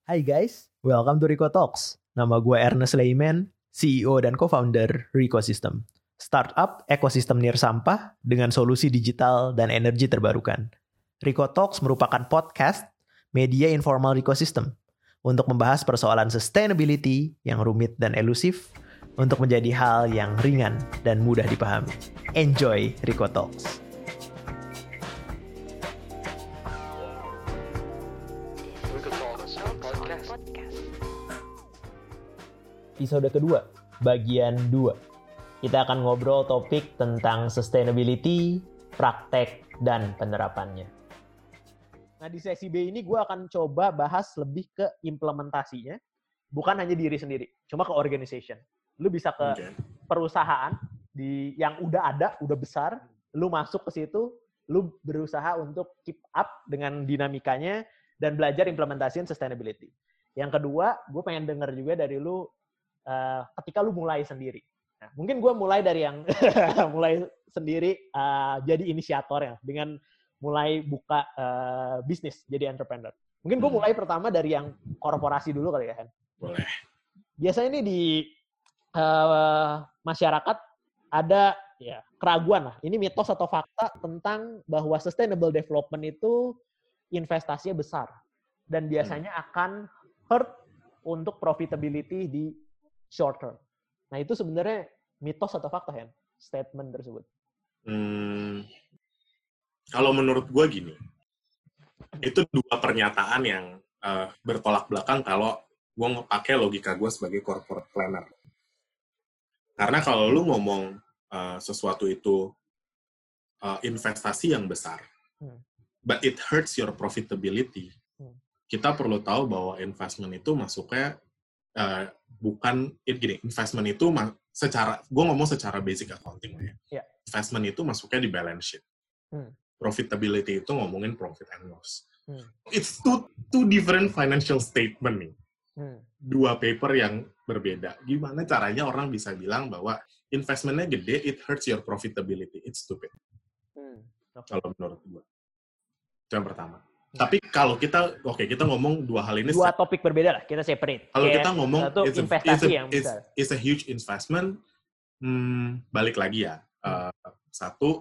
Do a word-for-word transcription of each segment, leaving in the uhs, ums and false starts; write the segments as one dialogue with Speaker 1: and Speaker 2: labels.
Speaker 1: Hai guys, welcome to Rico Talks. Nama gue Ernest Lehman, C E O dan co-founder Rico System. Startup ekosistem nirsampah dengan solusi digital dan energi terbarukan. Rico Talks merupakan podcast media informal Rico System untuk membahas persoalan sustainability yang rumit dan elusif untuk menjadi hal yang ringan dan mudah dipahami. Enjoy Rico Talks. Episode kedua, bagian dua. Kita akan ngobrol topik tentang sustainability, praktek, dan penerapannya. Nah, di sesi B ini gue akan coba bahas lebih ke implementasinya, bukan hanya diri sendiri, cuma ke organization. Lu bisa ke okay. perusahaan di yang udah ada, udah besar, lu masuk ke situ, lu berusaha untuk keep up dengan dinamikanya dan belajar implementasiin sustainability. Yang kedua, gue pengen denger juga dari lu Uh, ketika lu mulai sendiri. Nah, mungkin gue mulai dari yang mulai sendiri uh, jadi inisiator ya, dengan mulai buka uh, bisnis, jadi entrepreneur. Mungkin gue mulai pertama dari yang korporasi dulu kali ya, Hen.
Speaker 2: Boleh.
Speaker 1: Biasanya ini di uh, masyarakat ada ya keraguan lah. Ini mitos atau fakta tentang bahwa sustainable development itu investasinya besar dan biasanya hmm. akan hurt untuk profitability di short term. Nah, itu sebenarnya mitos atau fakta, Hen? Statement tersebut.
Speaker 2: Hmm, kalau menurut gue gini, itu dua pernyataan yang uh, bertolak belakang kalau gue ngepakai logika gue sebagai corporate planner. Karena kalau lu ngomong uh, sesuatu itu uh, investasi yang besar, hmm. but it hurts your profitability, hmm. kita perlu tahu bahwa investment itu masuknya Uh, bukan it, gini, investment itu ma- secara, gue ngomong secara basic accounting ya. Yeah. Investment itu masuknya di balance sheet. Hmm. Profitability itu ngomongin profit and loss. Hmm. It's two two different financial statement nih. Hmm. Dua paper yang berbeda. Gimana caranya orang bisa bilang bahwa investmentnya gede, it hurts your profitability. It's stupid. Hmm. Okay. Kalau menurut gue. Itu yang pertama. Tapi kalau kita, oke okay, kita ngomong dua hal ini.
Speaker 1: Dua topik berbeda lah, kita separate.
Speaker 2: Kalau kita ngomong
Speaker 1: it's a, investasi it's a,
Speaker 2: yang besar. It's, it's a huge investment, hmm, balik lagi ya. Hmm. Uh, satu,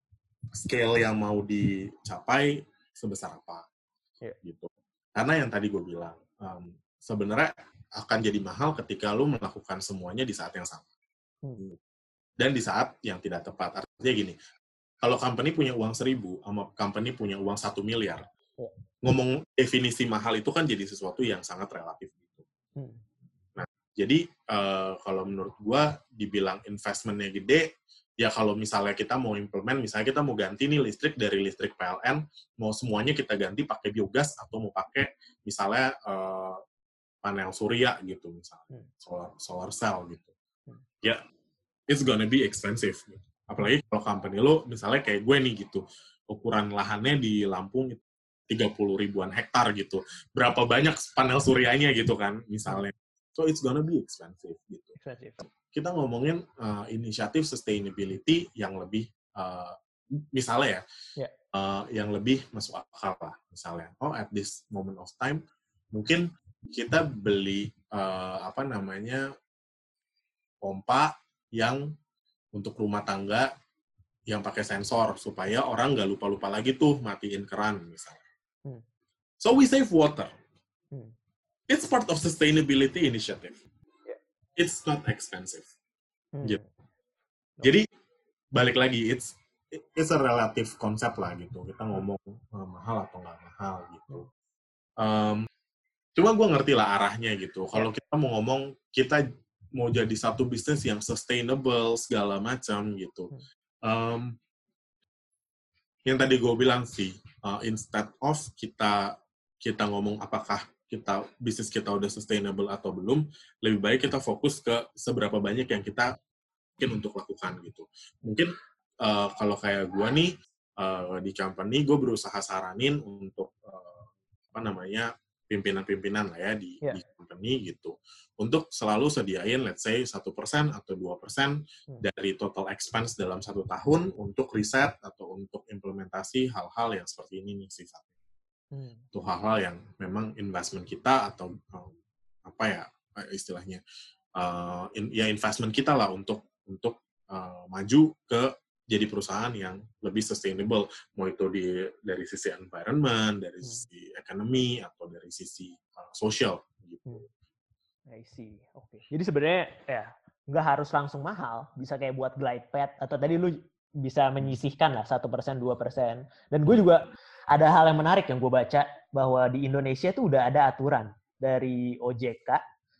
Speaker 2: scale yang mau dicapai sebesar apa. Yeah. Gitu. Karena yang tadi gue bilang, um, sebenarnya akan jadi mahal ketika lu melakukan semuanya di saat yang sama. Hmm. Dan di saat yang tidak tepat. Artinya gini, kalau company punya uang seribu, sama company punya uang satu miliar, oh. ngomong definisi mahal itu kan jadi sesuatu yang sangat relatif gitu. Hmm. Nah, jadi uh, kalau menurut gua dibilang investmentnya gede, ya kalau misalnya kita mau implement, misalnya kita mau ganti nih listrik dari listrik P L N, mau semuanya kita ganti pakai biogas atau mau pakai misalnya uh, panel surya gitu misalnya, hmm. solar solar cell gitu. Hmm. Ya, it's gonna be expensive. Gitu. Apalagi kalau company lo misalnya kayak gue nih gitu, ukuran lahannya di Lampung tiga puluh ribuan hektar gitu. Berapa banyak panel suryanya gitu kan, misalnya. So, it's gonna be expensive gitu. Expensive. Kita ngomongin uh, inisiatif sustainability yang lebih, uh, misalnya ya, yeah. uh, yang lebih masuk akal lah. Misalnya, oh at this moment of time, mungkin kita beli, uh, apa namanya, pompa yang untuk rumah tangga yang pakai sensor, supaya orang nggak lupa-lupa lagi tuh matiin keran, misalnya. Hmm. So we save water. Hmm. It's part of sustainability initiative. Yeah. It's not expensive. Hmm. Gitu. No. Jadi balik lagi, it's it's a relative concept lah gitu. Kita ngomong uh, mahal atau nggak mahal gitu. Um, cuma gue ngerti lah arahnya gitu. Kalau yeah. kita mau ngomong kita mau jadi satu bisnis yang sustainable segala macam gitu. Hmm. Um, yang tadi gue bilang sih, uh, instead of kita kita ngomong apakah kita bisnis kita udah sustainable atau belum, lebih baik kita fokus ke seberapa banyak yang kita mungkin untuk lakukan gitu. Mungkin uh, kalau kayak gue nih uh, di company, gue berusaha saranin untuk uh, apa namanya pimpinan-pimpinan lah ya di, yeah. di company gitu, untuk selalu sediain let's say satu persen atau dua persen hmm. dari total expense dalam satu tahun untuk riset atau untuk implementasi hal-hal yang seperti ini nih sifatnya. Hmm. Itu hal-hal yang memang investment kita atau um, apa ya istilahnya uh, in, ya investment kita lah untuk untuk uh, maju ke jadi perusahaan yang lebih sustainable, mau itu di dari sisi environment, dari hmm. sisi ekonomi atau dari sisi uh, sosial gitu.
Speaker 1: Hmm. I see. Oke. Okay. Jadi sebenarnya ya nggak harus langsung mahal, bisa kayak buat glide path atau tadi lu bisa menyisihkan lah satu persen dua persen. Dan gue juga ada hal yang menarik yang gue baca bahwa di Indonesia tuh udah ada aturan dari O J K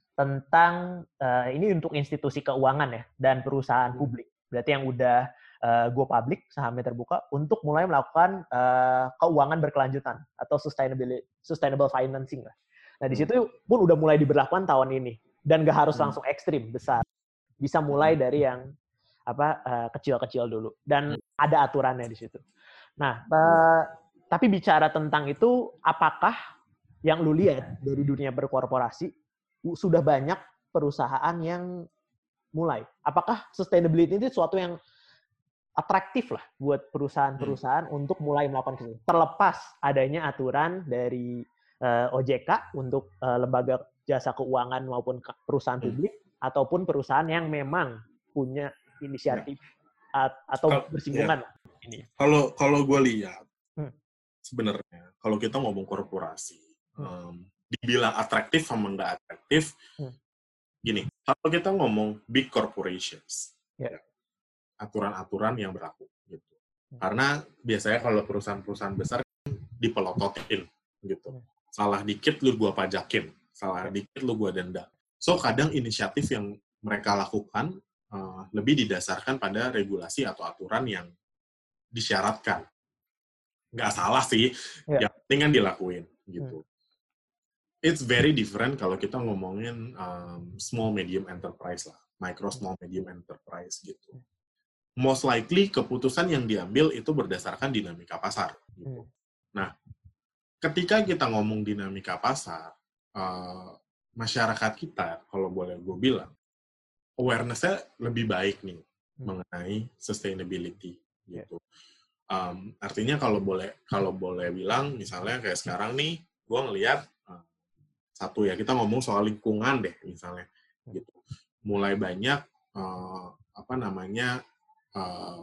Speaker 1: tentang uh, ini untuk institusi keuangan ya dan perusahaan publik. Berarti yang udah uh, go public sahamnya terbuka untuk mulai melakukan uh, keuangan berkelanjutan atau sustainable sustainable financing lah. Nah di situ pun udah mulai diberlakukan tahun ini dan gak harus langsung ekstrim besar, bisa mulai dari yang apa uh, kecil-kecil dulu dan ada aturannya di situ. Nah uh, tapi bicara tentang itu, apakah yang lu lihat dari dunia berkorporasi sudah banyak perusahaan yang mulai? Apakah sustainability itu sesuatu yang atraktif lah buat perusahaan-perusahaan hmm. untuk mulai melakukan itu? Terlepas adanya aturan dari uh, O J K untuk uh, lembaga jasa keuangan maupun perusahaan hmm. publik, ataupun perusahaan yang memang punya inisiatif ya. atau kalo, bersinggungan.
Speaker 2: Ya. Ini. Kalau kalau gue lihat, hmm. sebenarnya kalau kita ngomong korporasi, hmm. um, dibilang atraktif sama nggak atraktif, hmm. gini, kalau kita ngomong big corporations, yeah. ya, aturan-aturan yang berlaku, gitu. Hmm. Karena biasanya kalau perusahaan-perusahaan besar dipelototin, gitu. Hmm. Salah dikit lu gua pajakin, salah yeah. dikit lu gua denda. So kadang inisiatif yang mereka lakukan uh, lebih didasarkan pada regulasi atau aturan yang disyaratkan. Nggak salah sih, yeah. yang penting kan dilakuin, gitu. Hmm. It's very different kalau kita ngomongin um, small medium enterprise lah, micro small medium enterprise gitu. Most likely keputusan yang diambil itu berdasarkan dinamika pasar. Gitu. Nah, ketika kita ngomong dinamika pasar, uh, masyarakat kita, kalau boleh gue bilang, awareness-nya lebih baik nih hmm. mengenai sustainability gitu. Um, artinya kalau boleh kalau boleh bilang, misalnya kayak sekarang nih, gue ngelihat satu ya, kita ngomong soal lingkungan deh misalnya gitu, mulai banyak uh, apa namanya uh,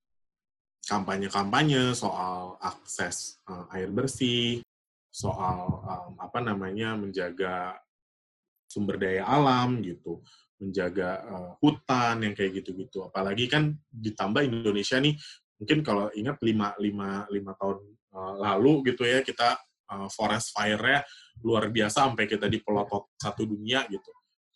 Speaker 2: kampanye-kampanye soal akses uh, air bersih, soal um, apa namanya menjaga sumber daya alam gitu, menjaga uh, hutan yang kayak gitu-gitu. Apalagi kan ditambah Indonesia nih, mungkin kalau ingat lima tahun uh, lalu gitu ya, kita uh, forest fire-nya luar biasa sampai kita dipelotot satu dunia gitu.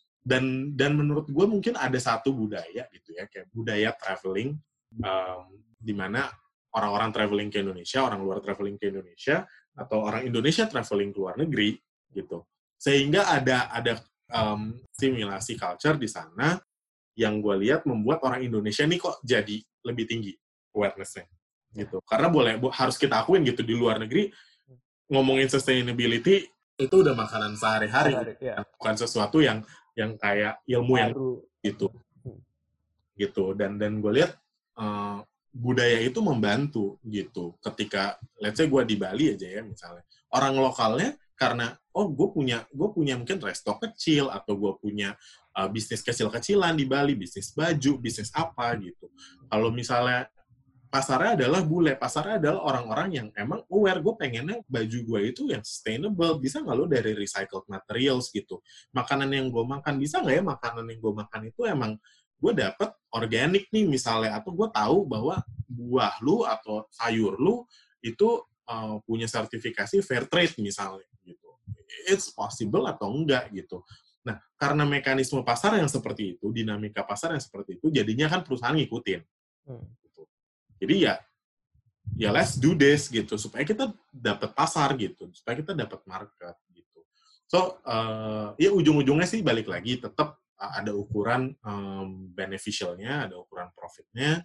Speaker 2: Dan dan menurut gue mungkin ada satu budaya gitu ya, kayak budaya traveling, um, di mana orang-orang traveling ke Indonesia, orang luar traveling ke Indonesia, atau orang Indonesia traveling ke luar negeri gitu. Sehingga ada ada um, simulasi culture di sana yang gue lihat membuat orang Indonesia nih kok jadi lebih tinggi awareness-nya gitu. Karena boleh harus kita akuin gitu, di luar negeri ngomongin sustainability itu udah makanan sehari-hari, ya. Bukan sesuatu yang yang kayak ilmu yang baru gitu, hmm. gitu. Dan dan gue lihat uh, budaya itu membantu gitu. Ketika let's say gue di Bali aja ya misalnya, orang lokalnya karena oh gue punya gue punya mungkin resto kecil atau gue punya uh, bisnis kecil-kecilan di Bali, bisnis baju, bisnis apa gitu. Kalau misalnya pasarnya adalah bule, pasarnya adalah orang-orang yang emang aware, gue pengennya baju gue itu yang sustainable, bisa nggak lo dari recycled materials gitu. Makanan yang gue makan, bisa nggak ya makanan yang gue makan itu emang gue dapet organik nih misalnya, atau gue tahu bahwa buah lu atau sayur lu itu uh, punya sertifikasi fair trade misalnya gitu. It's possible atau enggak gitu. Nah, karena mekanisme pasar yang seperti itu, dinamika pasar yang seperti itu, jadinya kan perusahaan ngikutin. Hmm. Jadi ya, ya let's do this gitu, supaya kita dapat pasar gitu, supaya kita dapat market gitu. So, uh, ya ujung-ujungnya sih balik lagi, tetap ada ukuran um, beneficial-nya, ada ukuran profit-nya.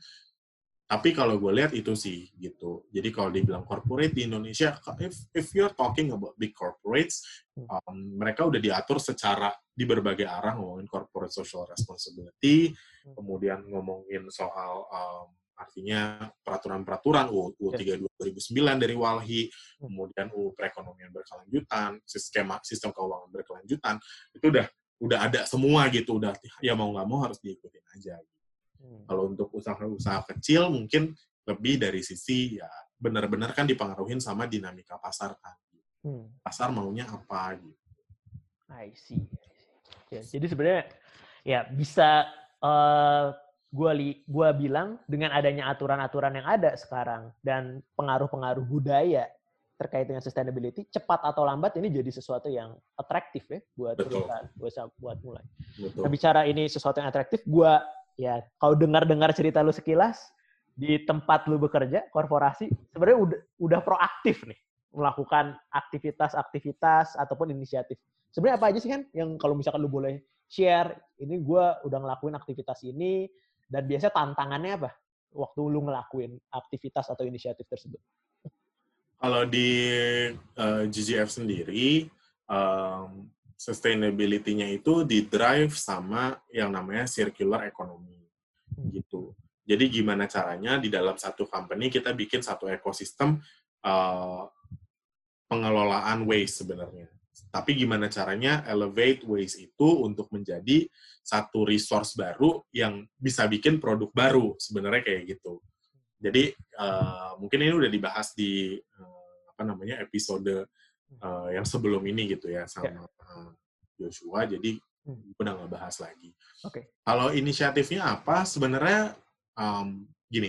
Speaker 2: Tapi kalau gue lihat itu sih gitu. Jadi kalau dibilang corporate di Indonesia, if if you're talking about big corporates, um, mereka udah diatur secara di berbagai arah, ngomongin corporate social responsibility, kemudian ngomongin soal um, artinya peraturan-peraturan U U tiga puluh dua dua ribu sembilan dari Walhi, kemudian U U perekonomian berkelanjutan, skema sistem keuangan berkelanjutan, itu udah udah ada semua gitu, udah ya mau nggak mau harus diikutin aja. Hmm. Kalau untuk usaha-usaha kecil mungkin lebih dari sisi ya benar-benar kan dipengaruhin sama dinamika pasar kan. Hmm. Pasar maunya apa gitu.
Speaker 1: I see. Ya, jadi sebenarnya ya bisa uh, gua li, gua bilang dengan adanya aturan-aturan yang ada sekarang dan pengaruh-pengaruh budaya terkait dengan sustainability, cepat atau lambat ini jadi sesuatu yang atraktif ya buat
Speaker 2: Betul.
Speaker 1: perusahaan, buat buat mulai.
Speaker 2: Betul.
Speaker 1: Nah, bicara ini sesuatu yang atraktif, gua ya kalau dengar-dengar cerita lu sekilas di tempat lu bekerja, korporasi, sebenarnya udah udah proaktif nih melakukan aktivitas-aktivitas ataupun inisiatif. Sebenarnya apa aja sih kan yang kalau misalkan lu boleh share, ini gue udah ngelakuin aktivitas ini, dan biasanya tantangannya apa waktu lu ngelakuin aktivitas atau inisiatif tersebut?
Speaker 2: Kalau di uh, G G F sendiri, um, sustainability-nya itu di-drive sama yang namanya circular economy. Gitu. Jadi gimana caranya di dalam satu company kita bikin satu ekosistem uh, pengelolaan waste sebenarnya. Tapi gimana caranya elevate waste itu untuk menjadi satu resource baru yang bisa bikin produk baru, sebenarnya kayak gitu. Jadi uh, mungkin ini udah dibahas di uh, apa namanya episode uh, yang sebelum ini gitu ya sama uh, Joshua. Jadi udah nggak bahas lagi.
Speaker 1: Oke. Okay.
Speaker 2: Kalau inisiatifnya apa? Sebenarnya um, gini.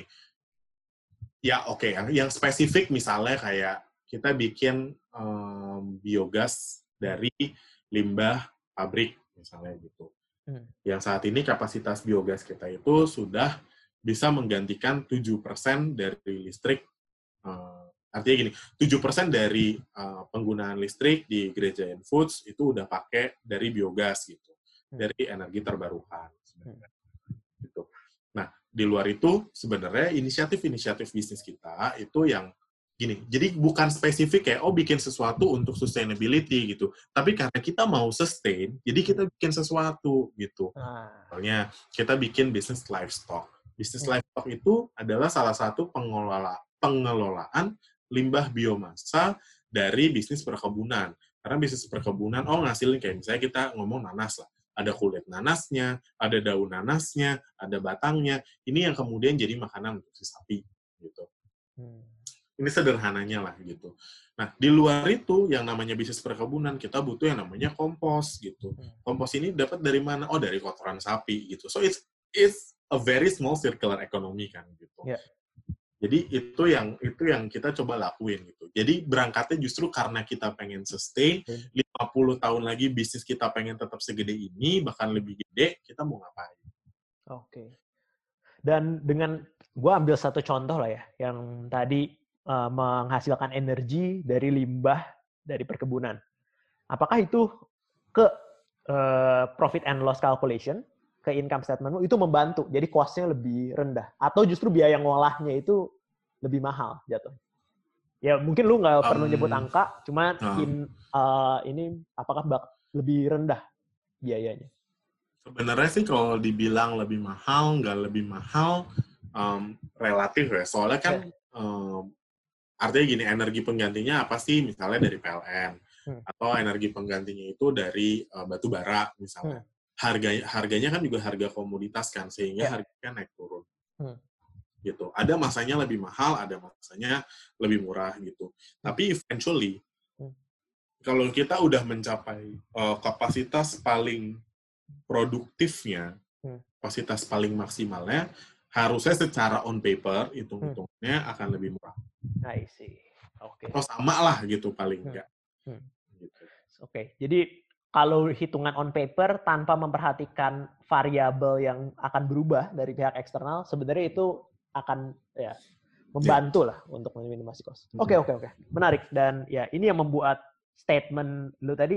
Speaker 2: Ya oke, okay. yang, yang spesifik misalnya kayak kita bikin um, biogas dari limbah pabrik misalnya gitu. Hmm. Yang saat ini kapasitas biogas kita itu sudah bisa menggantikan tujuh persen dari listrik. Uh, artinya gini, tujuh persen dari uh, penggunaan listrik di Gereja and Foods itu udah pakai dari biogas gitu. Hmm. Dari energi terbarukan sebenarnya. Hmm. Gitu. Nah, di luar itu sebenarnya inisiatif-inisiatif bisnis kita itu yang gini, jadi bukan spesifik kayak, oh bikin sesuatu untuk sustainability gitu, tapi karena kita mau sustain, jadi kita bikin sesuatu gitu. Misalnya, kita bikin bisnis livestock. Bisnis livestock itu adalah salah satu pengelola, pengelolaan limbah biomasa dari bisnis perkebunan. Karena bisnis perkebunan, oh ngasilin kayak misalnya kita ngomong nanas lah. Ada kulit nanasnya, ada daun nanasnya, ada batangnya. Ini yang kemudian jadi makanan untuk si sapi, gitu. Hmm. Ini sederhananya lah, gitu. Nah, di luar itu, yang namanya bisnis perkebunan, kita butuh yang namanya kompos, gitu. Kompos ini dapat dari mana? Oh, dari kotoran sapi, gitu. So, it's it's a very small circular economy, kan, gitu. Yeah. Jadi itu yang itu yang kita coba lakuin gitu. Jadi berangkatnya justru karena kita pengen sustain, lima puluh tahun lagi bisnis kita pengen tetap segede ini, bahkan lebih gede, kita mau ngapain.
Speaker 1: Oke. Okay. Dan dengan, gue ambil satu contoh lah ya, yang tadi uh, menghasilkan energi dari limbah dari perkebunan. Apakah itu ke uh, profit and loss calculation, ke income statementmu, itu membantu, jadi cost-nya lebih rendah. Atau justru biaya ngolahnya itu lebih mahal jatuh. Ya mungkin lu nggak um, perlu nyebut angka, cuma uh, in, uh, ini apakah bak lebih rendah biayanya?
Speaker 2: Sebenarnya sih kalau dibilang lebih mahal, nggak lebih mahal, um, relatif ya. Soalnya kan, yeah. um, artinya gini, energi penggantinya apa sih? Misalnya dari P L N. Hmm. Atau energi penggantinya itu dari uh, batu bara misalnya. Hmm. Harganya, harganya kan juga harga komoditas kan, sehingga yeah. harganya naik turun. Hmm. Gitu. Ada masanya lebih mahal, ada masanya lebih murah gitu. Hmm. Tapi eventually, hmm. kalau kita udah mencapai uh, kapasitas paling produktifnya, hmm. kapasitas paling maksimalnya, harusnya secara on paper, hitung-hitungnya hmm. akan lebih murah.
Speaker 1: I see. Oke. Okay.
Speaker 2: Atau sama lah gitu paling enggak.
Speaker 1: Hmm. Hmm. Gitu. Oke, okay. Jadi kalau hitungan on paper tanpa memperhatikan variabel yang akan berubah dari pihak eksternal, sebenarnya itu akan ya membantu lah yeah. untuk meminimasi cost. Oke, okay, oke, okay, oke. Okay. Menarik. Dan ya ini yang membuat statement lu tadi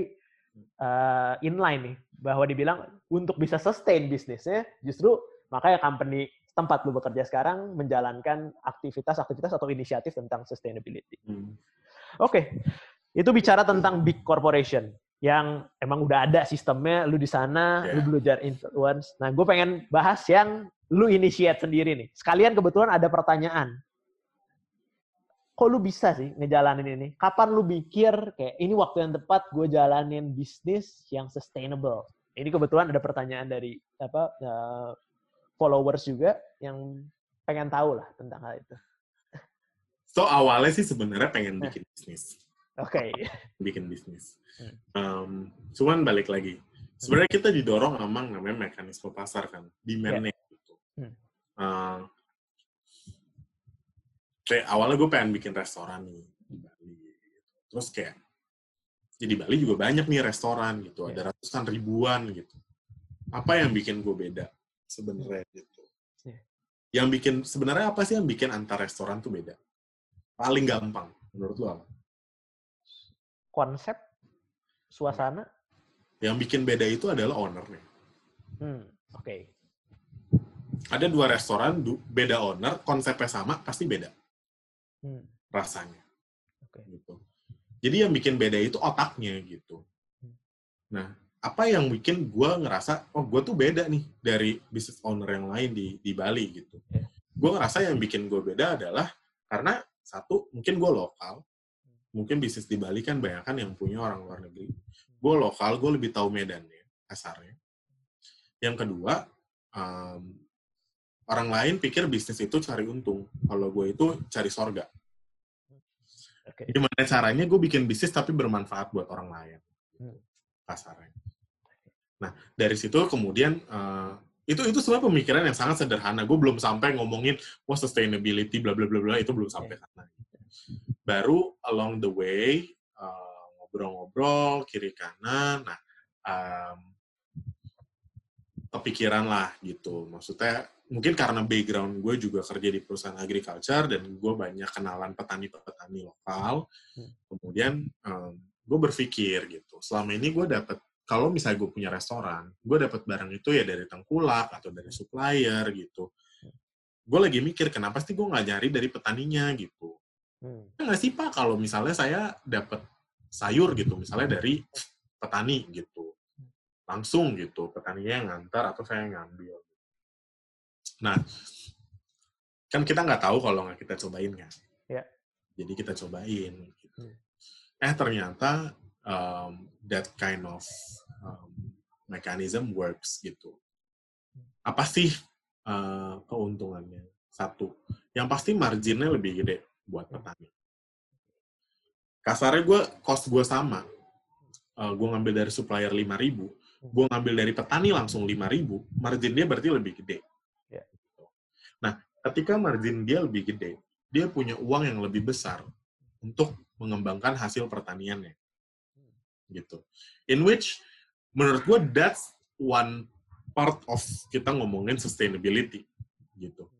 Speaker 1: uh, inline nih, bahwa dibilang untuk bisa sustain bisnisnya, justru makanya company tempat lu bekerja sekarang menjalankan aktivitas-aktivitas atau inisiatif tentang sustainability. Hmm. Oke, okay. Itu bicara tentang big corporation. yang emang udah ada sistemnya, lu di sana,
Speaker 2: Yeah.
Speaker 1: lu belajar influence. Nah, gue pengen bahas yang lu initiate sendiri nih. Sekalian kebetulan ada pertanyaan. Kok lu bisa sih ngejalanin ini? Kapan lu pikir kayak ini waktu yang tepat gue jalanin bisnis yang sustainable? Ini kebetulan ada pertanyaan dari apa uh, followers juga yang pengen tahu lah tentang hal itu.
Speaker 2: So awalnya sih sebenarnya pengen bikin bisnis.
Speaker 1: Oke. Okay.
Speaker 2: Bikin bisnis. Um, cuman balik lagi. Sebenarnya kita didorong emang namanya mekanisme pasar kan, demand-nya yeah. gitu. Hmm. Uh, kayak awalnya gue pengen bikin restoran nih di Bali. Terus kayak ya di Bali juga banyak nih restoran gitu, yeah. ada ratusan ribuan gitu. Apa yang bikin gue beda sebenarnya gitu? Yeah. Yang bikin sebenarnya apa sih yang bikin antar restoran tuh beda? Paling gampang menurut lo apa?
Speaker 1: Konsep, suasana.
Speaker 2: Yang bikin beda itu adalah owner-nya.
Speaker 1: Hmm, oke. Okay.
Speaker 2: Ada dua restoran, beda owner, konsepnya sama, pasti beda. Hmm. Rasanya.
Speaker 1: Okay.
Speaker 2: Gitu. Jadi yang bikin beda itu otaknya gitu. Hmm. Nah, apa yang bikin gue ngerasa, oh gue tuh beda nih dari business owner yang lain di, di Bali gitu. Yeah. Gue ngerasa yang bikin gue beda adalah karena satu, mungkin gue lokal. Mungkin bisnis di Bali kan banyak kan yang punya orang luar negeri. Gue lokal, gue lebih tahu medannya, kasarnya. Yang kedua, um, orang lain pikir bisnis itu cari untung. Kalau gue itu cari sorga. Okay. Gimana caranya gue bikin bisnis tapi bermanfaat buat orang lain. Kasarnya. Nah, dari situ kemudian, uh, itu itu sebenarnya pemikiran yang sangat sederhana. Gue belum sampai ngomongin, wah sustainability, bla bla bla bla, itu belum sampai sana. Baru along the way, uh, ngobrol-ngobrol, kiri kanan, nah, um, kepikiran lah gitu. Maksudnya, mungkin karena background gue juga kerja di perusahaan agriculture, dan gue banyak kenalan petani-petani lokal, kemudian um, gue berpikir gitu, selama ini gue dapat, kalau misalnya gue punya restoran, gue dapat barang itu ya dari tengkulak, atau dari supplier gitu. Gue lagi mikir, kenapa sih gue nggak nyari dari petaninya gitu. Hmm. Nggak sih Pak, kalau misalnya saya dapat sayur gitu, misalnya dari petani gitu, langsung gitu, petaninya yang ngantar atau saya yang ngambil. Nah, kan kita nggak tahu kalau nggak kita cobain kan. Yeah. Jadi kita cobain. Gitu. Hmm. Eh ternyata um, that kind of um, mechanism works gitu. Apa sih uh, keuntungannya? Satu, yang pasti marginnya lebih gede buat petani. Kasarnya gue, cost gue sama. Uh, gue ngambil dari supplier lima ribu, gue ngambil dari petani langsung lima ribu, margin dia berarti lebih gede. Yeah. Nah, ketika margin dia lebih gede, dia punya uang yang lebih besar untuk mengembangkan hasil pertaniannya. Gitu. In which, menurut gue, that's one part of kita ngomongin sustainability. Gitu.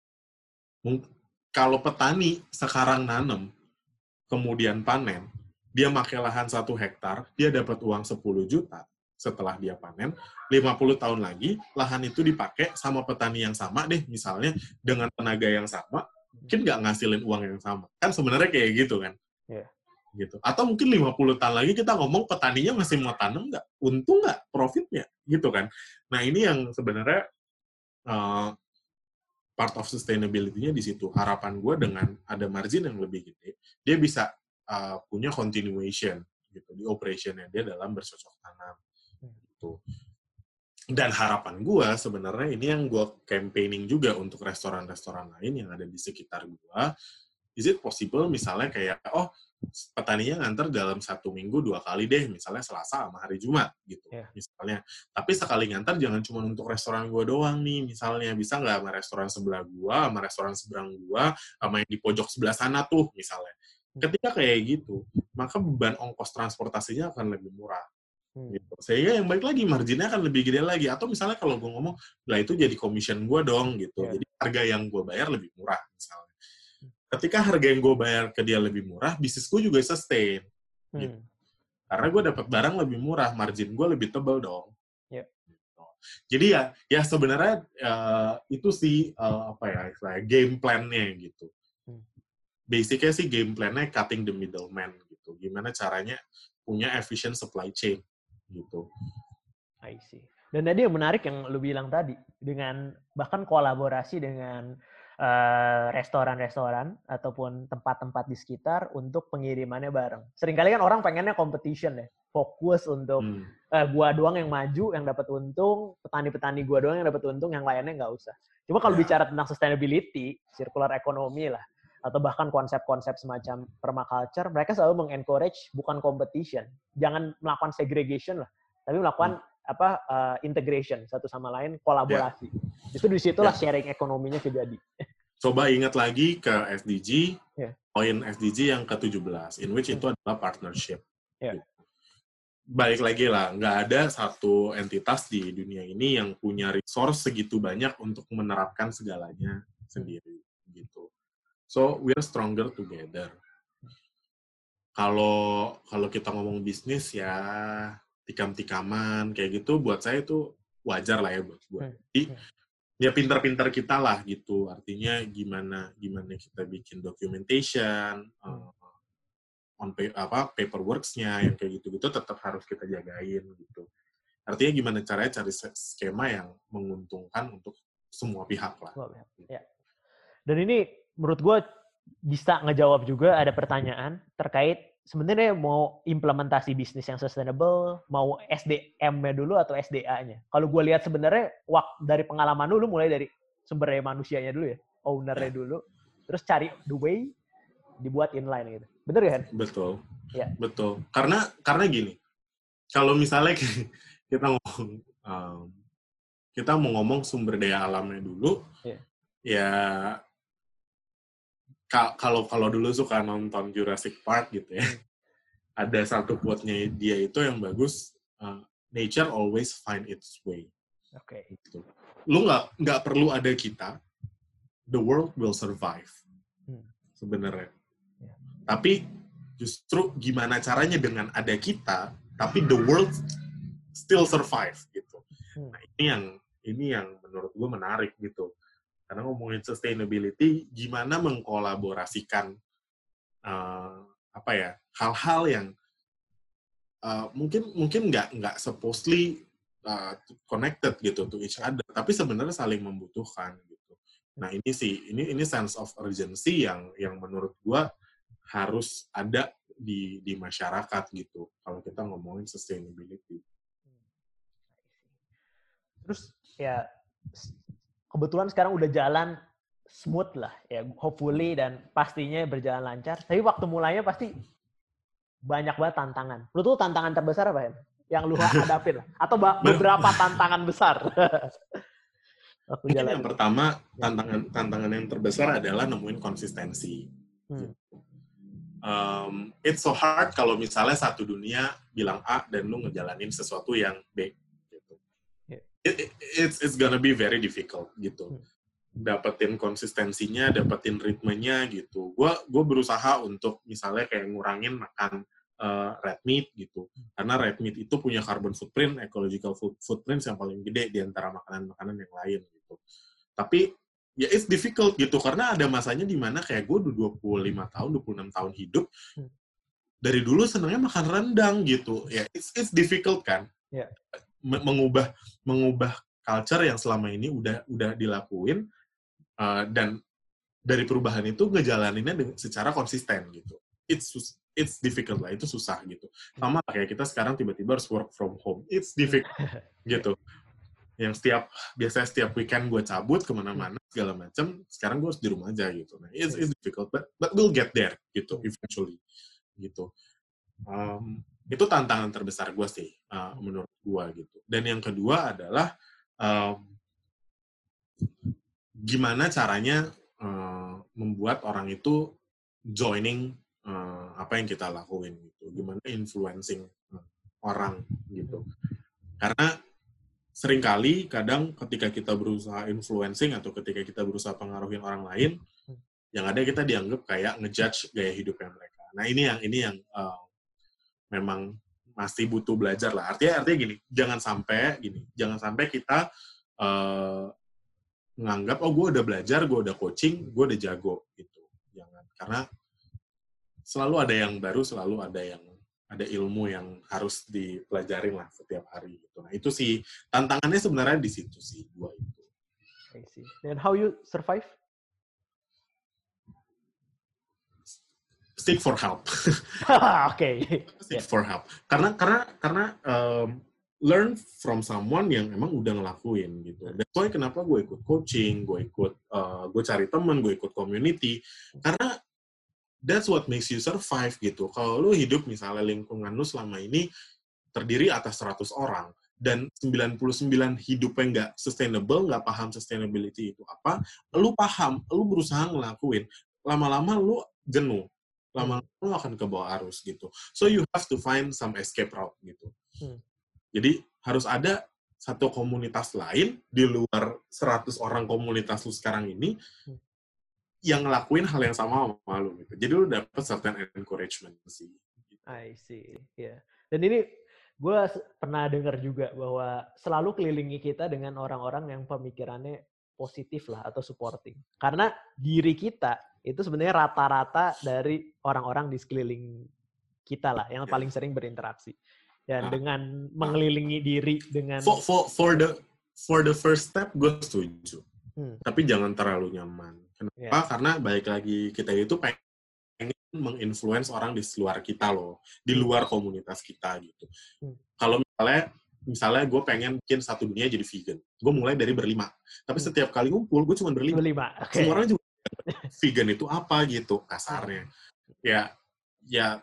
Speaker 2: Kalau petani sekarang nanam, kemudian panen, dia pakai lahan satu hektar, dia dapat uang sepuluh juta setelah dia panen, lima puluh tahun lagi, lahan itu dipakai sama petani yang sama deh, misalnya dengan tenaga yang sama, mungkin nggak ngasilin uang yang sama. Kan sebenarnya kayak gitu kan. Yeah. Gitu. Atau mungkin lima puluh tahun lagi kita ngomong petaninya masih mau tanam nggak? Untung nggak? Profitnya? Gitu kan. Nah ini yang sebenarnya uh, part of sustainability-nya di situ. Harapan gue dengan ada margin yang lebih gede, dia bisa uh, punya continuation gitu di operation-nya dia dalam bercocok tanam gitu. Dan harapan gue sebenarnya ini yang gue campaigning juga untuk restoran-restoran lain yang ada di sekitar gue. Is it possible misalnya kayak oh petaninya nganter dalam satu minggu dua kali deh, misalnya Selasa sama hari Jumat gitu, yeah. misalnya. Tapi sekali nganter jangan cuma untuk restoran gua doang nih, misalnya bisa nggak sama restoran sebelah gua, sama restoran seberang gua, sama yang di pojok sebelah sana tuh misalnya. Ketika kayak gitu, maka beban ongkos transportasinya akan lebih murah. Hmm. Gitu. Sehingga yang balik lagi marginnya akan lebih gede lagi. Atau misalnya kalau gua ngomong, lah itu jadi commission gua dong gitu. Yeah. Jadi harga yang gua bayar lebih murah misalnya. Ketika harga yang gue bayar ke dia lebih murah, bisnis gue juga sustain. Hmm. Gitu. Karena gue dapat barang lebih murah, margin gue lebih tebal dong. Yeah. Gitu. Jadi ya, ya sebenarnya uh, itu sih uh, apa ya, kayak game plan-nya gitu. Hmm. Basicnya sih game plan-nya cutting the middleman gitu. Gimana caranya punya efficient supply chain gitu.
Speaker 1: I see. Dan tadi yang menarik yang lu bilang tadi, dengan bahkan kolaborasi dengan uh, restoran-restoran ataupun tempat-tempat di sekitar untuk pengirimannya bareng. Seringkali kan orang pengennya competition ya, fokus untuk hmm. uh, gua doang yang maju, yang dapat untung, petani-petani gua doang yang dapat untung, yang lainnya nggak usah. Cuma kalau yeah. bicara tentang sustainability, circular economy lah, atau bahkan konsep-konsep semacam permaculture, mereka selalu mengencourage bukan competition, jangan melakukan segregation lah, tapi melakukan hmm. apa uh, integration satu sama lain, kolaborasi. Yeah. Justru disitulah yeah. sharing ekonominya terjadi.
Speaker 2: Coba ingat lagi ke S D G,
Speaker 1: yeah.
Speaker 2: poin S D G yang ke tujuh belas, in which hmm. itu adalah partnership.
Speaker 1: Yeah.
Speaker 2: Balik lagi lah, nggak ada satu entitas di dunia ini yang punya resource segitu banyak untuk menerapkan segalanya sendiri, gitu. So we are stronger together. Kalau kalau kita ngomong bisnis ya tikam-tikaman kayak gitu, buat saya itu wajar lah ya buat gue. Jadi ya pintar-pintar kita lah gitu. Artinya gimana gimana kita bikin documentation, uh, on pay, apa paperworks-nya yang kayak gitu-gitu tetap harus kita jagain gitu. Artinya gimana caranya cari skema yang menguntungkan untuk semua pihak lah.
Speaker 1: Ya. Dan ini menurut gue bisa ngejawab juga ada pertanyaan terkait sebenarnya mau implementasi bisnis yang sustainable, mau S D M-nya dulu atau S D A-nya. Kalau gue lihat sebenarnya waktu dari pengalaman dulu, mulai dari sumber daya manusianya dulu ya, owner-nya dulu, terus cari the way, dibuat inline gitu. Bener ya, Han?
Speaker 2: Betul.
Speaker 1: Ya.
Speaker 2: Betul. Karena karena gini, kalau misalnya kita ngomong um, kita mau ngomong sumber daya alamnya dulu,
Speaker 1: ya,
Speaker 2: ya kalau kalau dulu suka nonton Jurassic Park gitu ya, hmm. ada satu quote-nya dia itu yang bagus, uh, nature always find its way.
Speaker 1: Oke. Okay.
Speaker 2: Gitu. Lu nggak nggak perlu ada kita, the world will survive. Hmm. Sebenarnya. Yeah. Tapi justru gimana caranya dengan ada kita, tapi the world still survive gitu. Hmm. Nah ini yang ini yang menurut gue menarik gitu. Karena ngomongin sustainability, gimana mengkolaborasikan uh, apa ya hal-hal yang uh, mungkin mungkin nggak nggak supposedly uh, connected gitu to each other, tapi sebenarnya saling membutuhkan gitu. Nah ini sih ini ini sense of urgency yang yang menurut gua harus ada di di masyarakat gitu kalau kita ngomongin sustainability.
Speaker 1: Terus ya kebetulan sekarang udah jalan smooth lah ya, hopefully dan pastinya berjalan lancar. Tapi waktu mulainya pasti banyak banget tantangan. Lu tuh tantangan terbesar apa ya? Yang lu hadapin lah? Atau beberapa tantangan besar?
Speaker 2: Mungkin yang pertama, tantangan tantangan yang terbesar adalah nemuin konsistensi. Hmm. Um, it's so hard kalau misalnya satu dunia bilang A dan lu ngejalanin sesuatu yang B. It, it's it's gonna be very difficult gitu. Dapetin konsistensinya, dapetin ritmenya gitu. Gua gua berusaha untuk misalnya kayak ngurangin makan uh, red meat gitu. Karena red meat itu punya carbon footprint, ecological footprint yang paling gede di antara makanan-makanan yang lain gitu. Tapi ya it's difficult gitu karena ada masanya di mana kayak gue udah dua puluh lima tahun, dua puluh enam tahun hidup. Dari dulu senangnya makan rendang gitu. Ya it's it's difficult kan.
Speaker 1: Yeah.
Speaker 2: mengubah mengubah culture yang selama ini udah udah dilakuin uh, dan dari perubahan itu ngejalaninnya dengan, secara konsisten gitu. It's it's difficult lah, itu susah gitu. Sama kayak kita sekarang tiba-tiba harus work from home. It's difficult gitu. Yang setiap biasanya setiap weekend gue cabut kemana-mana segala macam, sekarang gue harus di rumah aja gitu. Nah, it's, it's difficult, but but we'll get there gitu eventually gitu. Um, itu tantangan terbesar gue sih uh, menurut gue gitu. Dan yang kedua adalah um, gimana caranya uh, membuat orang itu joining uh, apa yang kita lakuin gitu. Gimana influencing uh, orang gitu. Karena seringkali kadang ketika kita berusaha influencing atau ketika kita berusaha pengaruhin orang lain, yang ada kita dianggap kayak ngejudge gaya hidupnya mereka. Nah ini yang ini yang uh, memang masih butuh belajar lah. Artinya artinya gini, jangan sampai gini, jangan sampai kita uh, menganggap oh gue udah belajar, gue udah coaching, gue udah jago gitu. Jangan, karena selalu ada yang baru, selalu ada yang ada ilmu yang harus dipelajarin lah setiap hari gitu. Nah itu sih tantangannya sebenarnya di situ sih dua itu.
Speaker 1: I see. And how you survive?
Speaker 2: Seek for help.
Speaker 1: Oke. Okay.
Speaker 2: Seek yeah. for help. Karena karena karena um, learn from someone yang emang udah ngelakuin gitu. That's why kenapa gue ikut coaching, gue ikut uh, gue cari teman, gue ikut community. Karena that's what makes you survive gitu. Kalau lu hidup misalnya lingkungan lu selama ini terdiri atas seratus orang dan sembilan puluh sembilan hidupnya nggak sustainable, nggak paham sustainability itu apa, lu paham, lu berusaha ngelakuin, lama-lama lu jenuh, lama-lama lu akan ke bawah arus gitu. So you have to find some escape route gitu. Hmm. Jadi harus ada satu komunitas lain di luar seratus orang komunitas lu sekarang ini hmm. yang ngelakuin hal yang sama sama lu gitu. Jadi lu dapet certain encouragement sih.
Speaker 1: I see. Ya. Yeah. Dan ini gue pernah dengar juga bahwa selalu kelilingi kita dengan orang-orang yang pemikirannya positif lah atau supporting. Karena diri kita itu sebenarnya rata-rata dari orang-orang di sekeliling kita lah yang paling sering berinteraksi. Dan nah, dengan mengelilingi diri dengan
Speaker 2: for for for the for the first step gue setuju. Hmm. Tapi jangan terlalu nyaman. Kenapa? Yeah. Karena balik lagi kita itu pengen menginfluence orang di luar kita loh, di luar komunitas kita gitu. Hmm. Kalau misalnya, misalnya gue pengen bikin satu dunia jadi vegan, gue mulai dari berlima. Tapi hmm. setiap kali ngumpul, gue cuma berlima.
Speaker 1: Berlima, okay.
Speaker 2: Semua orang juga vegan itu apa gitu kasarnya. Hmm. Ya, ya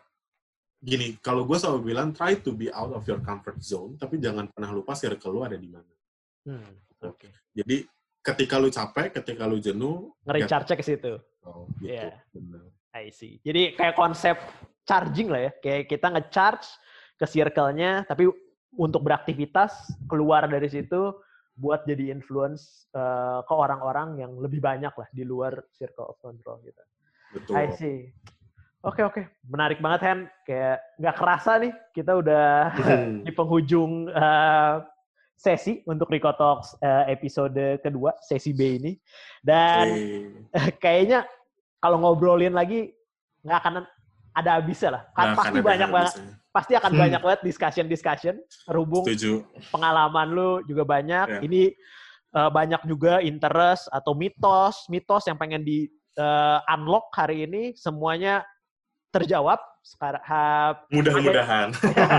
Speaker 2: gini. Kalau gue selalu bilang, try to be out of your comfort zone, tapi jangan pernah lupa circle lu ada di mana.
Speaker 1: Hmm. Oke. Okay.
Speaker 2: Jadi ketika lu capek, ketika lu jenuh,
Speaker 1: nge-recharge ke situ.
Speaker 2: Oh, gitu.
Speaker 1: Yeah.
Speaker 2: Benar.
Speaker 1: I see. Jadi kayak konsep charging lah ya. Kayak kita nge-charge ke circle-nya, tapi untuk beraktivitas, keluar dari situ, buat jadi influence uh, ke orang-orang yang lebih banyak lah di luar circle of control kita.
Speaker 2: Betul.
Speaker 1: I see. Oke, oke. Menarik banget, Hen. Kayak nggak kerasa nih, kita udah hmm. di penghujung uh, sesi untuk Rico Talks uh, episode kedua, sesi B ini. Dan hey. kayaknya kalau ngobrolin lagi nggak akan ada habisnya lah. Kan pasti banyak banget, pasti akan hmm. banyak banget discussion-discussion. Terhubung
Speaker 2: Setuju.
Speaker 1: Pengalaman lu juga banyak.
Speaker 2: Yeah.
Speaker 1: Ini uh, banyak juga interest atau mitos, mitos yang pengen di uh, unlock hari ini semuanya terjawab. Sekarang
Speaker 2: mudah-mudahan.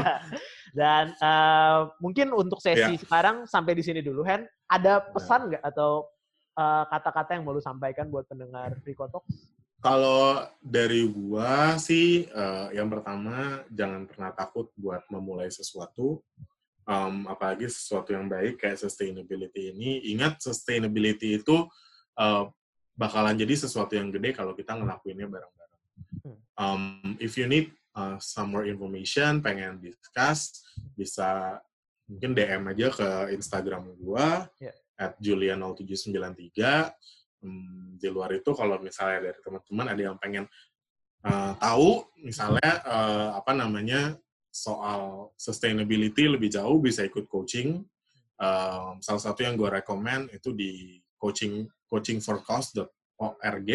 Speaker 1: Dan uh, mungkin untuk sesi
Speaker 2: yeah.
Speaker 1: sekarang sampai di sini dulu, Hen. Ada pesan nggak yeah. atau uh, kata-kata yang mau lu sampaikan buat pendengar Rico Talks?
Speaker 2: Kalau dari gua sih, uh, yang pertama jangan pernah takut buat memulai sesuatu, um, apalagi sesuatu yang baik kayak sustainability ini. Ingat sustainability itu uh, bakalan jadi sesuatu yang gede kalau kita ngelakuinnya bareng-bareng. Um, if you need uh, some more information, pengen discuss, bisa mungkin D M aja ke Instagram gua yeah. at julia nol tujuh sembilan tiga. Hmm, di luar itu kalau misalnya dari teman-teman ada yang pengen uh, tahu misalnya uh, apa namanya soal sustainability lebih jauh, bisa ikut coaching. Uh, salah satu yang gue rekomend itu di coaching coaching for cause dot org.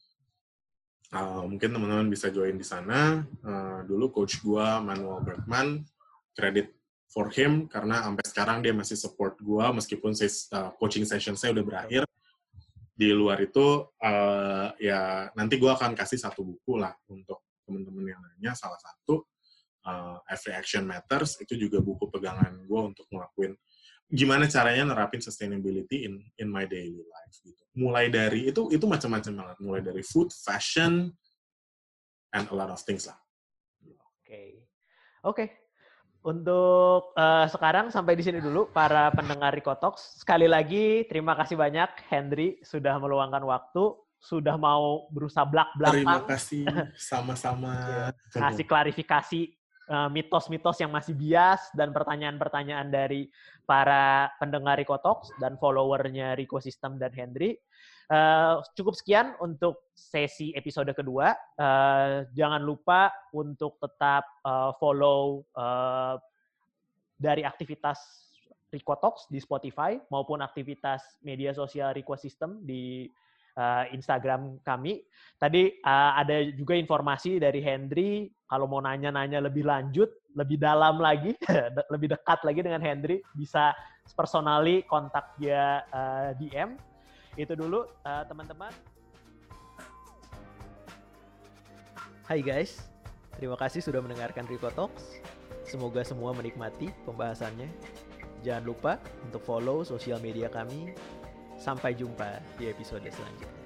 Speaker 2: Uh, mungkin teman-teman bisa join di sana. Uh, dulu coach gue Manuel Bergman, credit for him karena sampai sekarang dia masih support gue meskipun ses, uh, coaching session saya udah berakhir. Di luar itu, uh, ya nanti gue akan kasih satu buku lah untuk teman-teman yang nanya. Salah satu, uh, Every Action Matters, itu juga buku pegangan gue untuk ngelakuin gimana caranya nerapin sustainability in in my daily life. Gitu. Mulai dari, itu itu macam-macam banget. Mulai dari food, fashion, and a lot of things lah.
Speaker 1: Oke. Okay. Oke. Okay. Untuk uh, sekarang sampai di sini dulu para pendengar Rico Talks. Sekali lagi terima kasih banyak Hendry sudah meluangkan waktu, sudah mau berusaha belak-belakan.
Speaker 2: Terima kasih, sama-sama.
Speaker 1: Kasih klarifikasi uh, mitos-mitos yang masih bias dan pertanyaan-pertanyaan dari para pendengar Rico Talks dan followernya Rico System dan Hendry. Uh, cukup sekian untuk sesi episode kedua. Uh, jangan lupa untuk tetap uh, follow uh, dari aktivitas Rico Talks di Spotify maupun aktivitas media sosial Rico System di uh, Instagram kami. Tadi uh, ada juga informasi dari Hendry, kalau mau nanya-nanya lebih lanjut, lebih dalam lagi, lebih dekat lagi dengan Hendry, bisa personally kontak dia uh, D M. Itu dulu uh, teman-teman. Hai guys, terima kasih sudah mendengarkan Rico Talks. Semoga semua menikmati pembahasannya. Jangan lupa untuk follow sosial media kami. Sampai jumpa di episode selanjutnya.